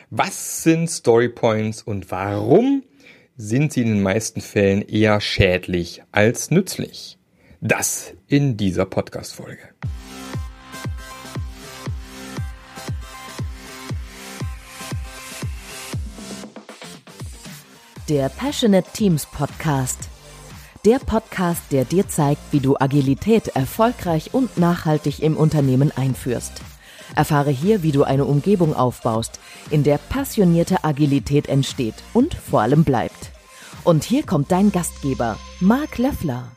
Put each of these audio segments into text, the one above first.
Was sind Storypoints und warum sind sie in den meisten Fällen eher schädlich als nützlich? Das in dieser Podcast-Folge. Der Passionate Teams Podcast. Der Podcast, der dir zeigt, wie du Agilität erfolgreich und nachhaltig im Unternehmen einführst. Erfahre hier, wie du eine Umgebung aufbaust, in der passionierte Agilität entsteht und vor allem bleibt. Und hier kommt dein Gastgeber, Marc Löffler.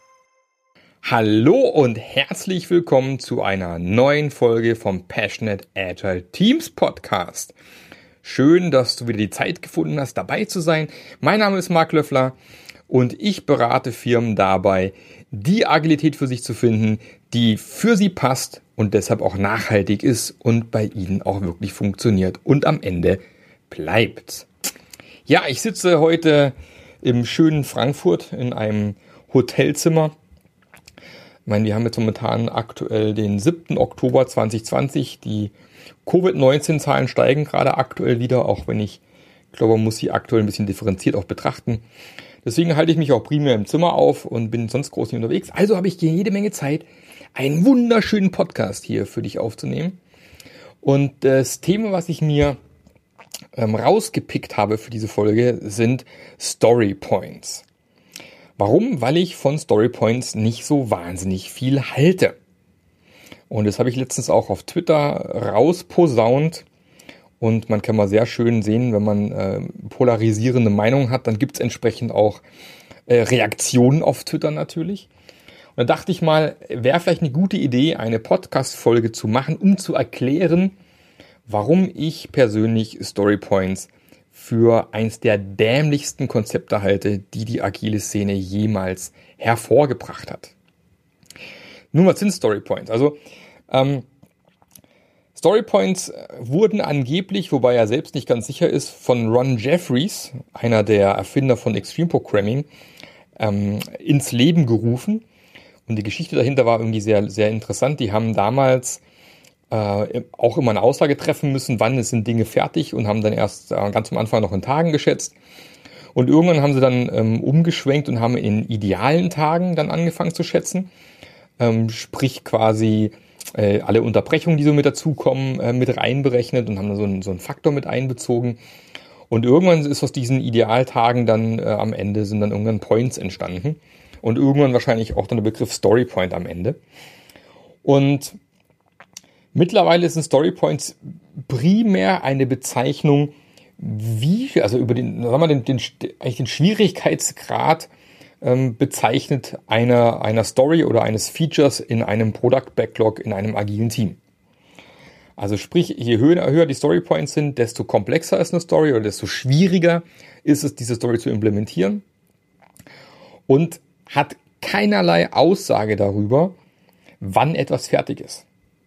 Hallo und herzlich willkommen zu einer neuen Folge vom Passionate Agile Teams Podcast. Schön, dass du wieder die Zeit gefunden hast, dabei zu sein. Mein Name ist Marc Löffler und ich berate Firmen dabei, die Agilität für sich zu finden, die für sie passt und deshalb auch nachhaltig ist und bei ihnen auch wirklich funktioniert und am Ende bleibt. Ja, ich sitze heute im schönen Frankfurt in einem Hotelzimmer. Ich meine, wir haben jetzt momentan aktuell den 7. Oktober 2020. Die Covid-19-Zahlen steigen gerade aktuell wieder, auch wenn ich glaube, man muss sie aktuell ein bisschen differenziert auch betrachten. Deswegen halte ich mich auch primär im Zimmer auf und bin sonst groß nicht unterwegs. Also habe ich hier jede Menge Zeit, einen wunderschönen Podcast hier für dich aufzunehmen. Und das Thema, was ich mir rausgepickt habe für diese Folge, sind Storypoints. Warum? Weil ich von Storypoints nicht so wahnsinnig viel halte. Und das habe ich letztens auch auf Twitter rausposaunt. Und man kann mal sehr schön sehen, wenn man polarisierende Meinungen hat, dann gibt es entsprechend auch Reaktionen auf Twitter natürlich. Und da dachte ich mal, wäre vielleicht eine gute Idee, eine Podcast-Folge zu machen, um zu erklären, warum ich persönlich Storypoints für eins der dämlichsten Konzepte halte, die die agile Szene jemals hervorgebracht hat. Nun, was sind Storypoints? Also, Storypoints wurden angeblich, wobei er selbst nicht ganz sicher ist, von Ron Jeffries, einer der Erfinder von Extreme Programming, ins Leben gerufen. Und die Geschichte dahinter war irgendwie sehr, sehr interessant. Die haben damals auch immer eine Aussage treffen müssen, wann sind Dinge fertig, und haben dann erst ganz am Anfang noch in Tagen geschätzt. Und irgendwann haben sie dann umgeschwenkt und haben in idealen Tagen dann angefangen zu schätzen. Sprich quasi alle Unterbrechungen, die so mit dazukommen, mit reinberechnet und haben dann so einen Faktor mit einbezogen. Und irgendwann ist aus diesen Idealtagen dann am Ende sind dann irgendwann Points entstanden. Und irgendwann wahrscheinlich auch dann der Begriff Storypoint am Ende. Und mittlerweile sind Storypoints primär eine Bezeichnung, also über den Schwierigkeitsgrad bezeichnet einer Story oder eines Features in einem Product Backlog in einem agilen Team. Also sprich, je höher die Storypoints sind, desto komplexer ist eine Story oder desto schwieriger ist es, diese Story zu implementieren, und hat keinerlei Aussage darüber, wann etwas fertig ist.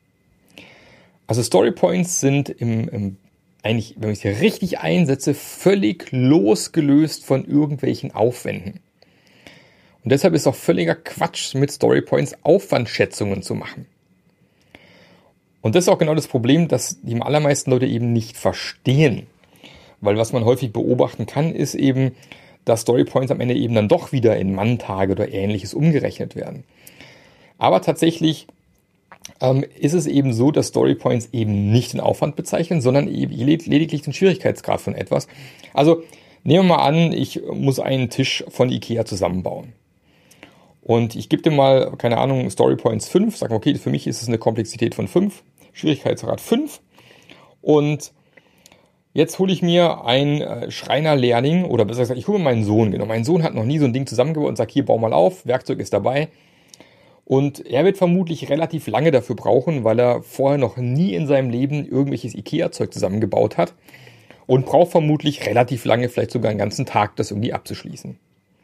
Also Storypoints sind eigentlich, wenn ich sie richtig einsetze, völlig losgelöst von irgendwelchen Aufwänden. Und deshalb ist auch völliger Quatsch, mit Storypoints Aufwandschätzungen zu machen. Und das ist auch genau das Problem, das die allermeisten Leute eben nicht verstehen. Weil was man häufig beobachten kann, ist eben, dass Storypoints am Ende eben dann doch wieder in Manntage oder Ähnliches umgerechnet werden. Aber tatsächlich ist es eben so, dass Storypoints eben nicht den Aufwand bezeichnen, sondern eben lediglich den Schwierigkeitsgrad von etwas. Also nehmen wir mal an, ich muss einen Tisch von IKEA zusammenbauen. Und ich gebe dir mal, keine Ahnung, Storypoints 5, sage, okay, für mich ist es eine Komplexität von 5, Schwierigkeitsgrad 5. Und jetzt hole ich mir einen Schreinerlehrling, oder besser gesagt, ich hole mir meinen Sohn. Genau, mein Sohn hat noch nie so ein Ding zusammengebaut und sagt, hier, bau mal auf, Werkzeug ist dabei. Und er wird vermutlich relativ lange dafür brauchen, weil er vorher noch nie in seinem Leben irgendwelches IKEA-Zeug zusammengebaut hat. Und braucht vermutlich relativ lange, vielleicht sogar einen ganzen Tag, das irgendwie abzuschließen.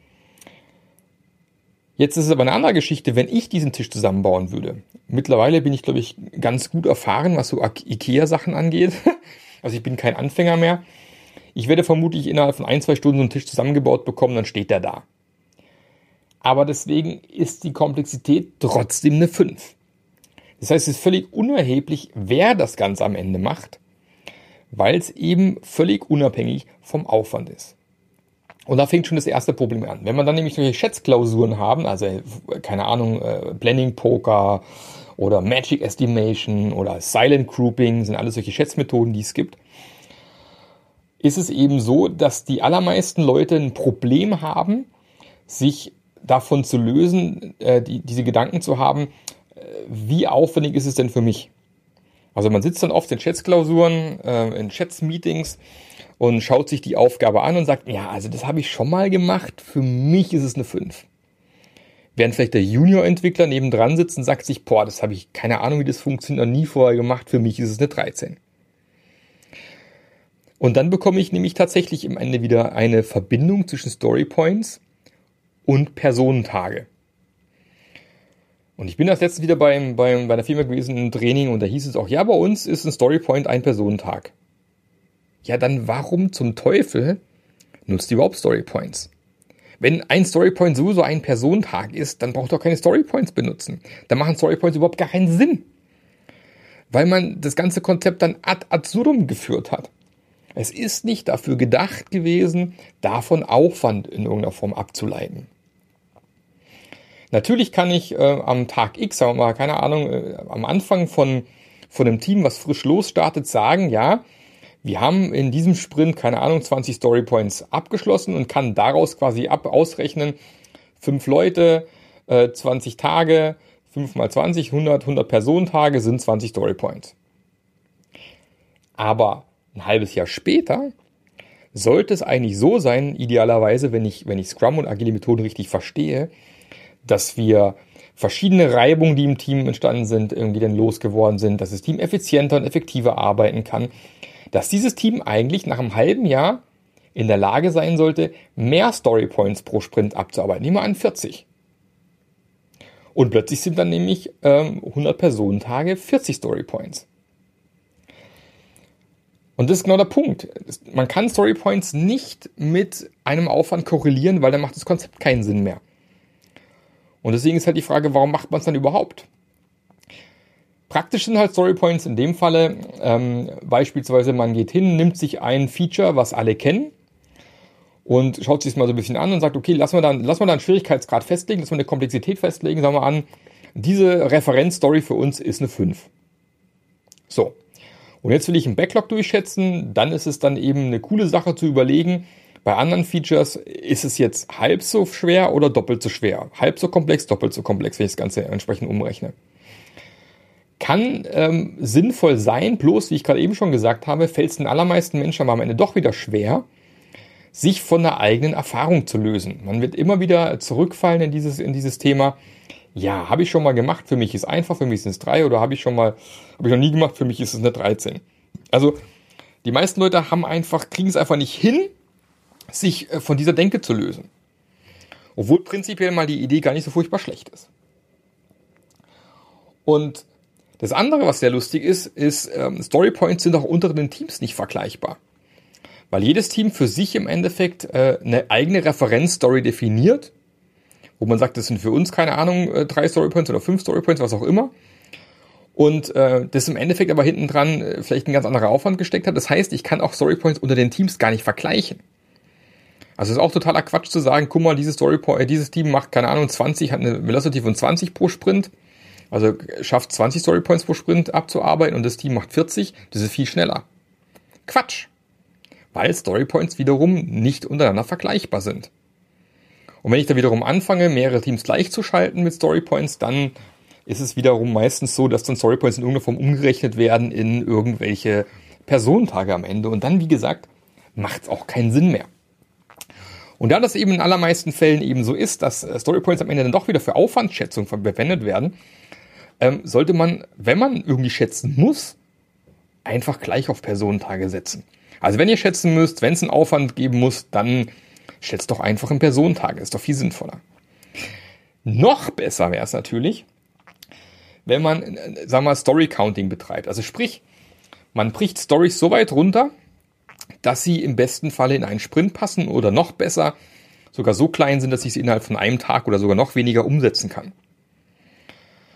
Jetzt ist es aber eine andere Geschichte, wenn ich diesen Tisch zusammenbauen würde. Mittlerweile bin ich, glaube ich, ganz gut erfahren, was so IKEA-Sachen angeht. Also ich bin kein Anfänger mehr. Ich werde vermutlich innerhalb von 1-2 Stunden so einen Tisch zusammengebaut bekommen, dann steht der da. Aber deswegen ist die Komplexität trotzdem eine 5. Das heißt, es ist völlig unerheblich, wer das Ganze am Ende macht, weil es eben völlig unabhängig vom Aufwand ist. Und da fängt schon das erste Problem an. Wenn wir dann nämlich solche Schätzklausuren haben, also keine Ahnung, Blending Poker oder Magic Estimation oder Silent Grouping, sind alles solche Schätzmethoden, die es gibt, ist es eben so, dass die allermeisten Leute ein Problem haben, sich davon zu lösen, diese Gedanken zu haben, wie aufwendig ist es denn für mich? Also man sitzt dann oft in Schätzklausuren, in Schätzmeetings und schaut sich die Aufgabe an und sagt, ja, also das habe ich schon mal gemacht, für mich ist es eine 5. Während vielleicht der Junior-Entwickler nebendran sitzt und sagt sich, boah, das habe ich keine Ahnung, wie das funktioniert, noch nie vorher gemacht, für mich ist es eine 13. Und dann bekomme ich nämlich tatsächlich am Ende wieder eine Verbindung zwischen Storypoints und Personentage. Und ich bin das letztens wieder bei einer Firma gewesen im Training und da hieß es auch, ja, bei uns ist ein Storypoint ein Personentag. Ja, dann warum zum Teufel nutzt ihr überhaupt Storypoints? Wenn ein Storypoint sowieso ein Personentag ist, dann braucht ihr auch keine Storypoints benutzen. Dann machen Storypoints überhaupt gar keinen Sinn. Weil man das ganze Konzept dann ad absurdum geführt hat. Es ist nicht dafür gedacht gewesen, davon Aufwand in irgendeiner Form abzuleiten. Natürlich kann ich am Tag X, sagen wir mal, keine Ahnung, am Anfang von einem Team, was frisch losstartet, sagen, ja, wir haben in diesem Sprint, keine Ahnung, 20 Storypoints abgeschlossen und kann daraus quasi ausrechnen, 5 Leute, 20 Tage, 5 mal 20, 100 Personentage sind 20 Storypoints. Aber ein halbes Jahr später sollte es eigentlich so sein, idealerweise, wenn ich Scrum und agile Methoden richtig verstehe, dass wir verschiedene Reibungen, die im Team entstanden sind, irgendwie dann losgeworden sind, dass das Team effizienter und effektiver arbeiten kann, dass dieses Team eigentlich nach einem halben Jahr in der Lage sein sollte, mehr Storypoints pro Sprint abzuarbeiten. Nehmen wir an 40. Und plötzlich sind dann nämlich 100 Personentage 40 Storypoints. Und das ist genau der Punkt. Man kann Storypoints nicht mit einem Aufwand korrelieren, weil dann macht das Konzept keinen Sinn mehr. Und deswegen ist halt die Frage, warum macht man es dann überhaupt? Praktisch sind halt Storypoints in dem Falle, beispielsweise man geht hin, nimmt sich ein Feature, was alle kennen und schaut sich es mal so ein bisschen an und sagt, okay, lass mal da einen Schwierigkeitsgrad festlegen, lass mal eine Komplexität festlegen, sagen wir an, diese Referenzstory für uns ist eine 5. So. Und jetzt will ich einen Backlog durchschätzen, dann ist es dann eben eine coole Sache zu überlegen, bei anderen Features ist es jetzt halb so schwer oder doppelt so schwer. Halb so komplex, doppelt so komplex, wenn ich das Ganze entsprechend umrechne. Kann sinnvoll sein, bloß, wie ich gerade eben schon gesagt habe, fällt es den allermeisten Menschen aber am Ende doch wieder schwer, sich von der eigenen Erfahrung zu lösen. Man wird immer wieder zurückfallen in dieses Thema. Ja, habe ich schon mal gemacht, für mich ist einfach, für mich sind es 3 oder habe ich noch nie gemacht, für mich ist es eine 13. Also die meisten Leute kriegen es einfach nicht hin, sich von dieser Denke zu lösen. Obwohl prinzipiell mal die Idee gar nicht so furchtbar schlecht ist. Und das andere, was sehr lustig ist, Storypoints sind auch unter den Teams nicht vergleichbar. Weil jedes Team für sich im Endeffekt eine eigene Referenzstory definiert, wo man sagt, das sind für uns, keine Ahnung, 3 Storypoints oder 5 Storypoints, was auch immer. Und das im Endeffekt aber hinten dran vielleicht ein ganz anderer Aufwand gesteckt hat. Das heißt, ich kann auch Storypoints unter den Teams gar nicht vergleichen. Also es ist auch totaler Quatsch zu sagen, guck mal, dieses Team macht, keine Ahnung, 20, hat eine Velocity von 20 pro Sprint. Also schafft 20 Storypoints pro Sprint abzuarbeiten und das Team macht 40. Das ist viel schneller. Quatsch. Weil Storypoints wiederum nicht untereinander vergleichbar sind. Und wenn ich da wiederum anfange, mehrere Teams gleichzuschalten mit Storypoints, dann ist es wiederum meistens so, dass dann Storypoints in irgendeiner Form umgerechnet werden in irgendwelche Personentage am Ende. Und dann, wie gesagt, macht es auch keinen Sinn mehr. Und da das eben in allermeisten Fällen eben so ist, dass Storypoints am Ende dann doch wieder für Aufwandschätzung verwendet werden, sollte man, wenn man irgendwie schätzen muss, einfach gleich auf Personentage setzen. Also wenn ihr schätzen müsst, wenn es einen Aufwand geben muss, dann schätzt doch einfach in Personentage. Ist doch viel sinnvoller. Noch besser wäre es natürlich, wenn man, sagen wir mal, Story-Counting betreibt. Also sprich, man bricht Storys so weit runter, dass sie im besten Falle in einen Sprint passen oder noch besser, sogar so klein sind, dass ich sie innerhalb von einem Tag oder sogar noch weniger umsetzen kann.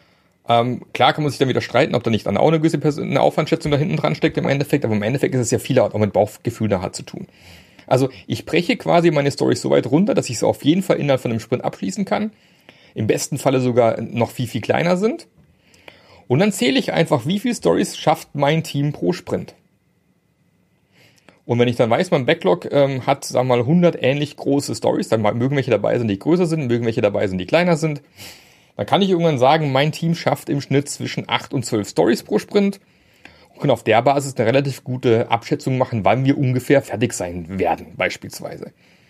Klar kann man sich dann wieder streiten, ob da nicht dann auch eine gewisse eine Aufwandschätzung da hinten dran steckt im Endeffekt, aber im Endeffekt ist es ja viel auch mit Bauchgefühl nachher zu tun. Also ich breche quasi meine Storys so weit runter, dass ich sie auf jeden Fall innerhalb von einem Sprint abschließen kann. Im besten Falle sogar noch viel, viel kleiner sind. Und dann zähle ich einfach, wie viele Storys schafft mein Team pro Sprint. Und wenn ich dann weiß, mein Backlog hat, sagen wir mal, 100 ähnlich große Storys, dann mögen welche dabei sind, die größer sind, mögen welche dabei sind, die kleiner sind, dann kann ich irgendwann sagen, mein Team schafft im Schnitt zwischen 8 und 12 Storys pro Sprint und kann auf der Basis eine relativ gute Abschätzung machen, wann wir ungefähr fertig sein werden, beispielsweise.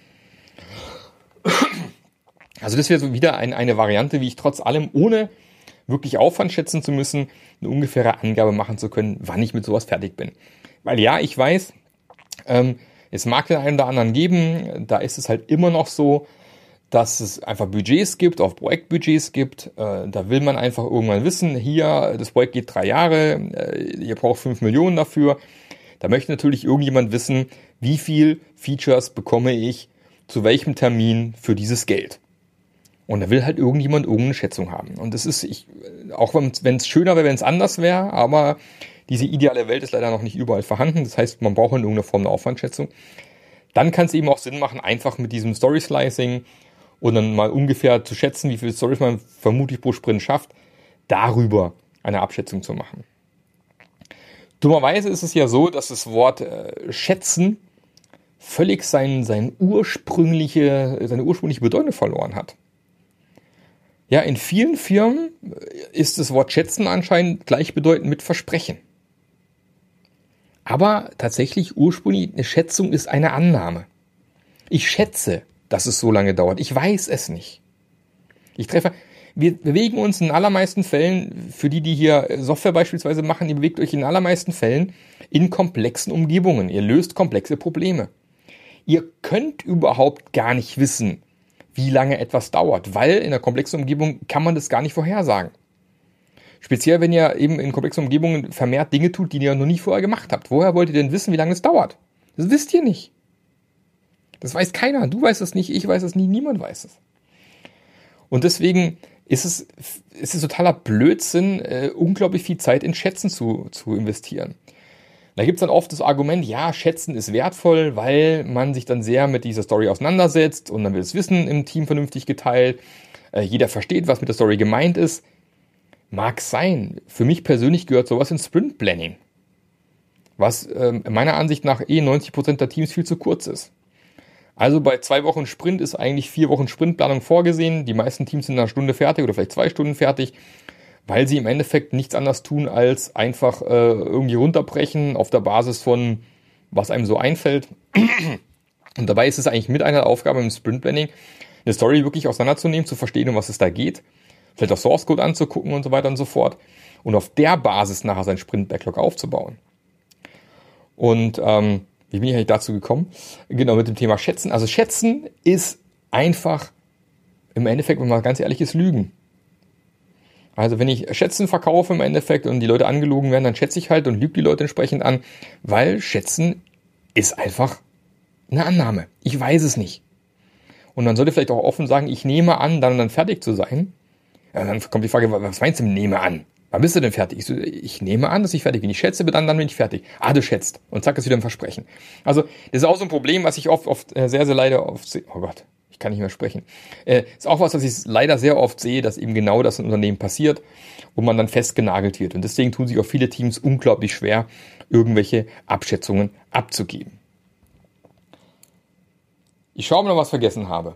Also das wäre so wieder eine Variante, wie ich trotz allem, ohne wirklich Aufwand schätzen zu müssen, eine ungefähre Angabe machen zu können, wann ich mit sowas fertig bin. Weil ja, ich weiß, es mag den einen oder anderen geben, da ist es halt immer noch so, dass es einfach Budgets gibt, auch Projektbudgets gibt. Da will man einfach irgendwann wissen, hier, das Projekt geht 3 Jahre, ihr braucht 5 Millionen dafür. Da möchte natürlich irgendjemand wissen, wie viel Features bekomme ich zu welchem Termin für dieses Geld. Und da will halt irgendjemand irgendeine Schätzung haben. Und das ist, auch wenn es schöner wäre, wenn es anders wäre, aber diese ideale Welt ist leider noch nicht überall vorhanden. Das heißt, man braucht in irgendeiner Form eine Aufwandschätzung. Dann kann es eben auch Sinn machen, einfach mit diesem Story-Slicing und dann mal ungefähr zu schätzen, wie viele Storys man vermutlich pro Sprint schafft, darüber eine Abschätzung zu machen. Dummerweise ist es ja so, dass das Wort schätzen völlig seine ursprüngliche Bedeutung verloren hat. Ja, in vielen Firmen ist das Wort schätzen anscheinend gleichbedeutend mit Versprechen. Aber tatsächlich ursprünglich eine Schätzung ist eine Annahme. Ich schätze, dass es so lange dauert. Ich weiß es nicht. Wir bewegen uns in allermeisten Fällen, für die hier Software beispielsweise machen, ihr bewegt euch in allermeisten Fällen in komplexen Umgebungen. Ihr löst komplexe Probleme. Ihr könnt überhaupt gar nicht wissen, wie lange etwas dauert, weil in einer komplexen Umgebung kann man das gar nicht vorhersagen. Speziell, wenn ihr eben in komplexen Umgebungen vermehrt Dinge tut, die ihr noch nie vorher gemacht habt. Woher wollt ihr denn wissen, wie lange es dauert? Das wisst ihr nicht. Das weiß keiner. Du weißt es nicht, ich weiß es nie, niemand weiß es. Und deswegen ist es totaler Blödsinn, unglaublich viel Zeit in Schätzen zu investieren. Da gibt es dann oft das Argument, ja, Schätzen ist wertvoll, weil man sich dann sehr mit dieser Story auseinandersetzt und dann wird das Wissen im Team vernünftig geteilt. Jeder versteht, was mit der Story gemeint ist. Mag sein. Für mich persönlich gehört sowas in Sprint Planning. Was meiner Ansicht nach 90% der Teams viel zu kurz ist. Also bei 2 Wochen Sprint ist eigentlich 4 Wochen Sprintplanung vorgesehen. Die meisten Teams sind in einer Stunde fertig oder vielleicht 2 Stunden fertig, weil sie im Endeffekt nichts anderes tun, als einfach irgendwie runterbrechen auf der Basis von, was einem so einfällt. Und dabei ist es eigentlich mit einer Aufgabe im Sprintplanning, eine Story wirklich auseinanderzunehmen, zu verstehen, um was es da geht, vielleicht auch Source Code anzugucken und so weiter und so fort und auf der Basis nachher sein Sprint-Backlog aufzubauen. Und wie bin ich eigentlich dazu gekommen? Genau, mit dem Thema Schätzen. Also Schätzen ist einfach im Endeffekt, wenn man ganz ehrlich ist, Lügen. Also wenn ich Schätzen verkaufe im Endeffekt und die Leute angelogen werden, dann schätze ich halt und lüge die Leute entsprechend an, weil Schätzen ist einfach eine Annahme. Ich weiß es nicht. Und man sollte vielleicht auch offen sagen, ich nehme an, dann fertig zu sein. Ja, dann kommt die Frage, was meinst du mit nehme an? Wann bist du denn fertig? Ich nehme an, dass ich fertig bin. Ich schätze, dann bin ich fertig. Du schätzt. Und zack, ist wieder ein Versprechen. Also, das ist auch so ein Problem, was ich oft sehr, sehr leider oft sehe. Oh Gott, ich kann nicht mehr sprechen. Ist auch was ich leider sehr oft sehe, dass eben genau das in Unternehmen passiert, wo man dann festgenagelt wird. Und deswegen tun sich auch viele Teams unglaublich schwer, irgendwelche Abschätzungen abzugeben. Ich schaue mal, ob ich was vergessen habe.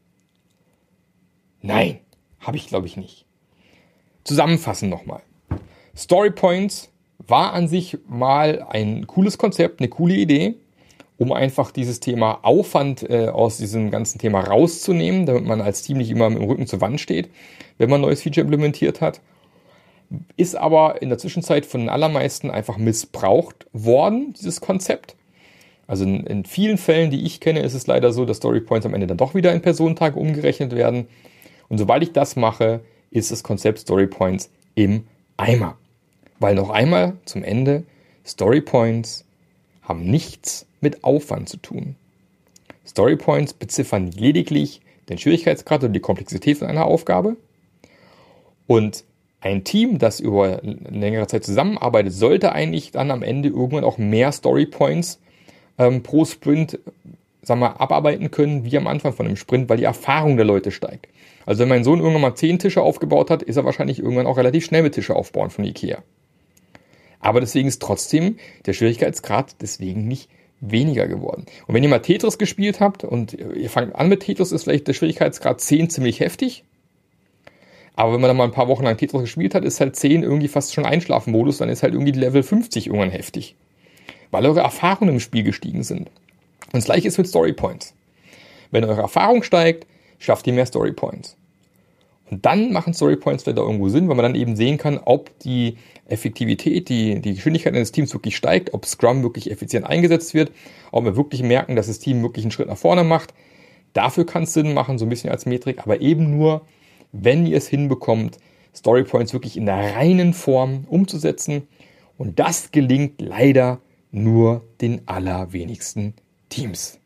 Nein, habe ich glaube ich nicht. Zusammenfassen nochmal. Story Points war an sich mal ein cooles Konzept, eine coole Idee, um einfach dieses Thema Aufwand aus diesem ganzen Thema rauszunehmen, damit man als Team nicht immer mit dem Rücken zur Wand steht, wenn man ein neues Feature implementiert hat. Ist aber in der Zwischenzeit von den allermeisten einfach missbraucht worden, dieses Konzept. Also in vielen Fällen, die ich kenne, ist es leider so, dass Story Points am Ende dann doch wieder in Personentage umgerechnet werden. Und sobald ich das mache, ist das Konzept Story Points im Eimer. Weil noch einmal zum Ende, Story Points haben nichts mit Aufwand zu tun. Story Points beziffern lediglich den Schwierigkeitsgrad oder die Komplexität von einer Aufgabe. Und ein Team, das über längere Zeit zusammenarbeitet, sollte eigentlich dann am Ende irgendwann auch mehr Storypoints pro Sprint, abarbeiten können, wie am Anfang von einem Sprint, weil die Erfahrung der Leute steigt. Also wenn mein Sohn irgendwann mal 10 Tische aufgebaut hat, ist er wahrscheinlich irgendwann auch relativ schnell mit Tische aufbauen von Ikea. Aber deswegen ist trotzdem der Schwierigkeitsgrad deswegen nicht weniger geworden. Und wenn ihr mal Tetris gespielt habt und ihr fangt an mit Tetris, ist vielleicht der Schwierigkeitsgrad 10 ziemlich heftig. Aber wenn man dann mal ein paar Wochen lang Tetris gespielt hat, ist halt 10 irgendwie fast schon Einschlafmodus, dann ist halt irgendwie Level 50 irgendwann heftig. Weil eure Erfahrungen im Spiel gestiegen sind. Und das gleiche ist mit Storypoints. Wenn eure Erfahrung steigt, schafft ihr mehr Storypoints. Und dann machen Storypoints vielleicht auch irgendwo Sinn, weil man dann eben sehen kann, ob die Effektivität, die Geschwindigkeit eines Teams wirklich steigt, ob Scrum wirklich effizient eingesetzt wird, ob wir wirklich merken, dass das Team wirklich einen Schritt nach vorne macht. Dafür kann es Sinn machen, so ein bisschen als Metrik, aber eben nur, wenn ihr es hinbekommt, Storypoints wirklich in der reinen Form umzusetzen. Und das gelingt leider nur den allerwenigsten Teams.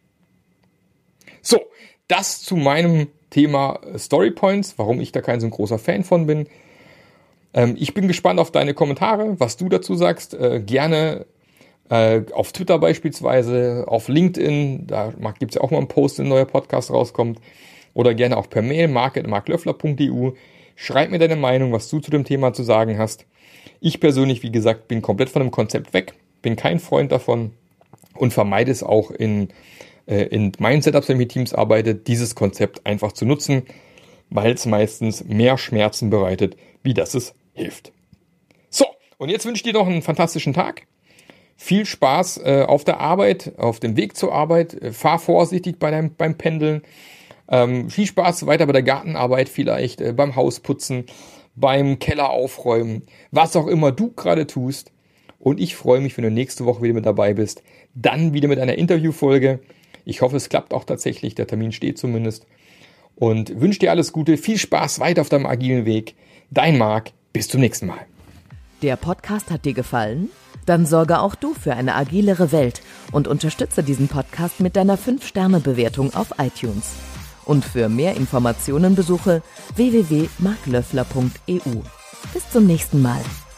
So, das zu meinem Thema Storypoints, warum ich da kein so ein großer Fan von bin. Ich bin gespannt auf deine Kommentare, was du dazu sagst. Gerne auf Twitter beispielsweise, auf LinkedIn, da gibt es ja auch mal einen Post, wenn ein neuer Podcast rauskommt. Oder gerne auch per Mail, mark@marklöffler.eu. Schreib mir deine Meinung, was du zu dem Thema zu sagen hast. Ich persönlich, wie gesagt, bin komplett von dem Konzept weg, bin kein Freund davon und vermeide es auch in meinen Setups, wenn ich mit Teams arbeite, dieses Konzept einfach zu nutzen, weil es meistens mehr Schmerzen bereitet, wie dass es hilft. So, und jetzt wünsche ich dir noch einen fantastischen Tag. Viel Spaß auf der Arbeit, auf dem Weg zur Arbeit. Fahr vorsichtig beim Pendeln. Viel Spaß weiter bei der Gartenarbeit vielleicht, beim Hausputzen, beim Keller aufräumen, was auch immer du gerade tust. Und ich freue mich, wenn du nächste Woche wieder mit dabei bist. Dann wieder mit einer Interviewfolge. Ich hoffe, es klappt auch tatsächlich. Der Termin steht zumindest. Und wünsche dir alles Gute. Viel Spaß weiter auf deinem agilen Weg. Dein Marc. Bis zum nächsten Mal. Der Podcast hat dir gefallen? Dann sorge auch du für eine agilere Welt und unterstütze diesen Podcast mit deiner 5-Sterne-Bewertung auf iTunes. Und für mehr Informationen besuche www.marklöffler.eu. Bis zum nächsten Mal.